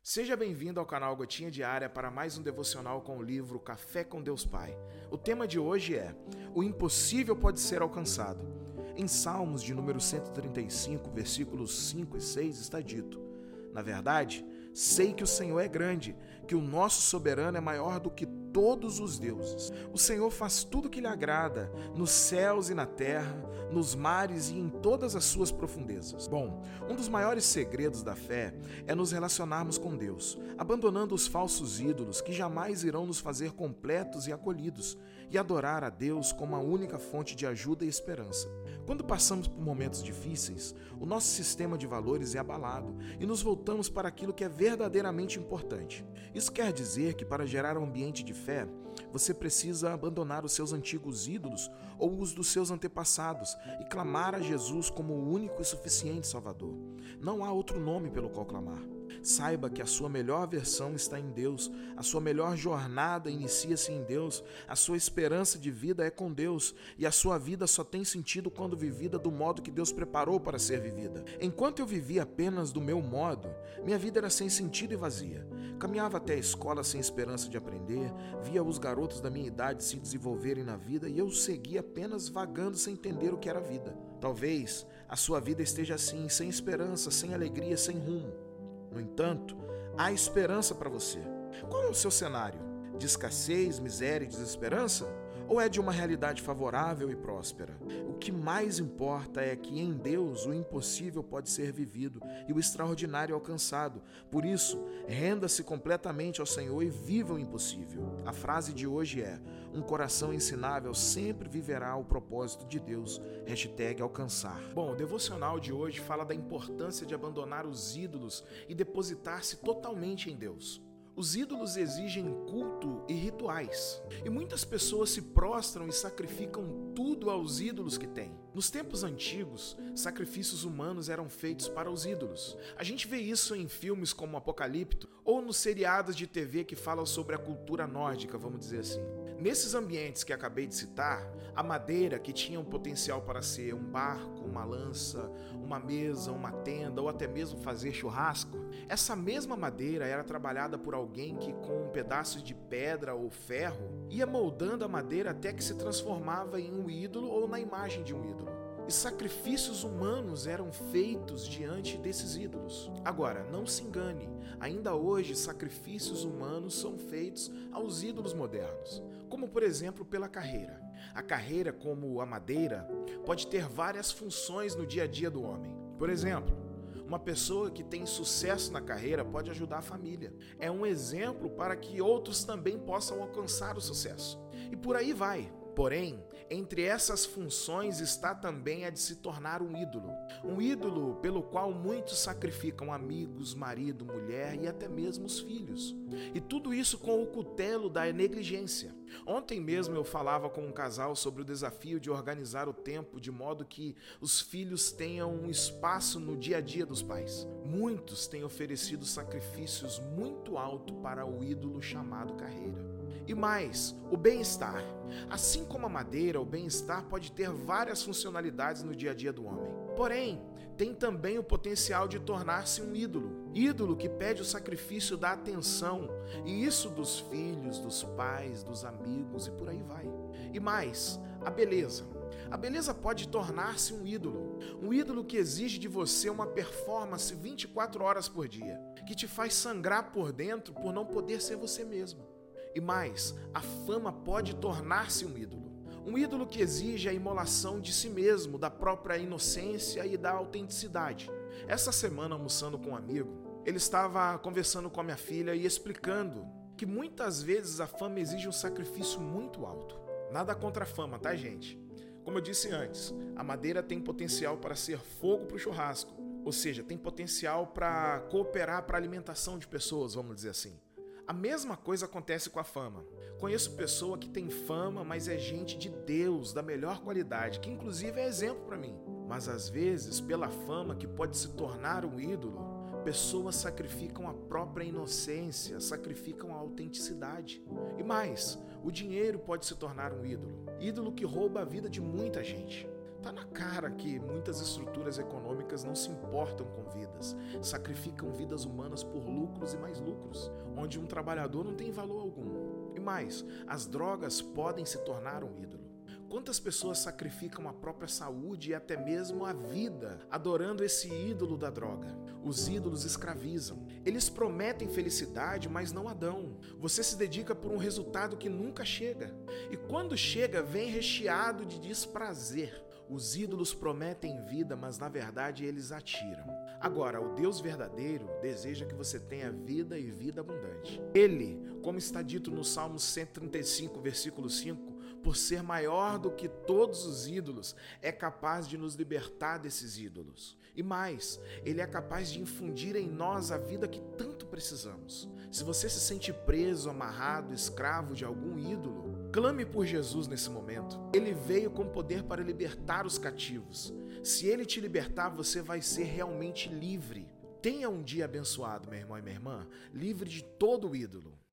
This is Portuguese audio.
Seja bem-vindo ao canal Gotinha Diária para mais um devocional com o livro Café com Deus Pai. O tema de hoje é: o impossível pode ser alcançado. Em Salmos de número 135, versículos 5 e 6 está dito: na verdade, sei que o Senhor é grande, que o nosso soberano é maior do que todos os deuses. O Senhor faz tudo o que lhe agrada, nos céus e na terra, nos mares e em todas as suas profundezas. Bom, um dos maiores segredos da fé é nos relacionarmos com Deus, abandonando os falsos ídolos que jamais irão nos fazer completos e acolhidos, e adorar a Deus como a única fonte de ajuda e esperança. Quando passamos por momentos difíceis, o nosso sistema de valores é abalado e nos voltamos para aquilo que é verdadeiramente importante. Isso quer dizer que, para gerar um ambiente de fé, você precisa abandonar os seus antigos ídolos ou os dos seus antepassados e clamar a Jesus como o único e suficiente Salvador. Não há outro nome pelo qual clamar. Saiba que a sua melhor versão está em Deus, a sua melhor jornada inicia-se em Deus, a sua esperança de vida é com Deus e a sua vida só tem sentido quando vivida do modo que Deus preparou para ser vivida. Enquanto eu vivia apenas do meu modo, minha vida era sem sentido e vazia. Caminhava até a escola sem esperança de aprender, via os garotos da minha idade se desenvolverem na vida e eu seguia apenas vagando sem entender o que era vida. Talvez a sua vida esteja assim, sem esperança, sem alegria, sem rumo. No entanto, há esperança para você. Qual é o seu cenário? De escassez, miséria e desesperança? Ou é de uma realidade favorável e próspera? O que mais importa é que em Deus o impossível pode ser vivido e o extraordinário alcançado. Por isso, renda-se completamente ao Senhor e viva o impossível. A frase de hoje é: um coração ensinável sempre viverá o propósito de Deus. #alcançar. Bom, o devocional de hoje fala da importância de abandonar os ídolos e depositar-se totalmente em Deus. Os ídolos exigem culto e rituais, e muitas pessoas se prostram e sacrificam tudo aos ídolos que têm. Nos tempos antigos, sacrifícios humanos eram feitos para os ídolos. A gente vê isso em filmes como Apocalipto ou nos seriados de TV que falam sobre a cultura nórdica, vamos dizer assim. Nesses ambientes que acabei de citar, a madeira, que tinha um potencial para ser um barco, uma lança, uma mesa, uma tenda ou até mesmo fazer churrasco, essa mesma madeira era trabalhada por alguém que, com um pedaço de pedra ou ferro, ia moldando a madeira até que se transformava em um ídolo ou na imagem de um ídolo. E sacrifícios humanos eram feitos diante desses ídolos. Agora, não se engane, ainda hoje sacrifícios humanos são feitos aos ídolos modernos, como por exemplo pela carreira. A carreira, como a madeira, pode ter várias funções no dia a dia do homem. Por exemplo, uma pessoa que tem sucesso na carreira pode ajudar a família. É um exemplo para que outros também possam alcançar o sucesso. E por aí vai. Porém, entre essas funções está também a de se tornar um ídolo. Um ídolo pelo qual muitos sacrificam amigos, marido, mulher e até mesmo os filhos. E tudo isso com o cutelo da negligência. Ontem mesmo eu falava com um casal sobre o desafio de organizar o tempo de modo que os filhos tenham um espaço no dia a dia dos pais. Muitos têm oferecido sacrifícios muito altos para o ídolo chamado carreira. E mais, o bem-estar. Assim como a madeira, o bem-estar pode ter várias funcionalidades no dia a dia do homem. Porém, tem também o potencial de tornar-se um ídolo. Ídolo que pede o sacrifício da atenção, e isso dos filhos, dos pais, dos amigos e por aí vai. E mais, a beleza. A beleza pode tornar-se um ídolo que exige de você uma performance 24 horas por dia, que te faz sangrar por dentro por não poder ser você mesmo. E mais, a fama pode tornar-se um ídolo que exige a imolação de si mesmo, da própria inocência e da autenticidade. Essa semana, almoçando com um amigo, ele estava conversando com a minha filha e explicando que muitas vezes a fama exige um sacrifício muito alto. Nada contra a fama, tá, gente? Como eu disse antes, a madeira tem potencial para ser fogo para o churrasco, ou seja, tem potencial para cooperar para a alimentação de pessoas, vamos dizer assim. A mesma coisa acontece com a fama. Conheço pessoa que tem fama, mas é gente de Deus, da melhor qualidade, que inclusive é exemplo para mim. Mas às vezes, pela fama que pode se tornar um ídolo, pessoas sacrificam a própria inocência, sacrificam a autenticidade. E mais, o dinheiro pode se tornar um ídolo. Ídolo que rouba a vida de muita gente. Tá na cara que muitas estruturas econômicas não se importam com vidas, sacrificam vidas humanas por lucros e mais lucros, onde um trabalhador não tem valor algum. E mais, as drogas podem se tornar um ídolo. Quantas pessoas sacrificam a própria saúde e até mesmo a vida, adorando esse ídolo da droga? Os ídolos escravizam. Eles prometem felicidade, mas não a dão. Você se dedica por um resultado que nunca chega. E quando chega, vem recheado de desprazer. Os ídolos prometem vida, mas na verdade eles atiram. Agora, o Deus verdadeiro deseja que você tenha vida e vida abundante. Ele, como está dito no Salmo 135, versículo 5, por ser maior do que todos os ídolos, é capaz de nos libertar desses ídolos. E mais, ele é capaz de infundir em nós a vida que tanto precisamos. Se você se sente preso, amarrado, escravo de algum ídolo, clame por Jesus nesse momento. Ele veio com poder para libertar os cativos. Se ele te libertar, você vai ser realmente livre. Tenha um dia abençoado, meu irmão e minha irmã, livre de todo ídolo.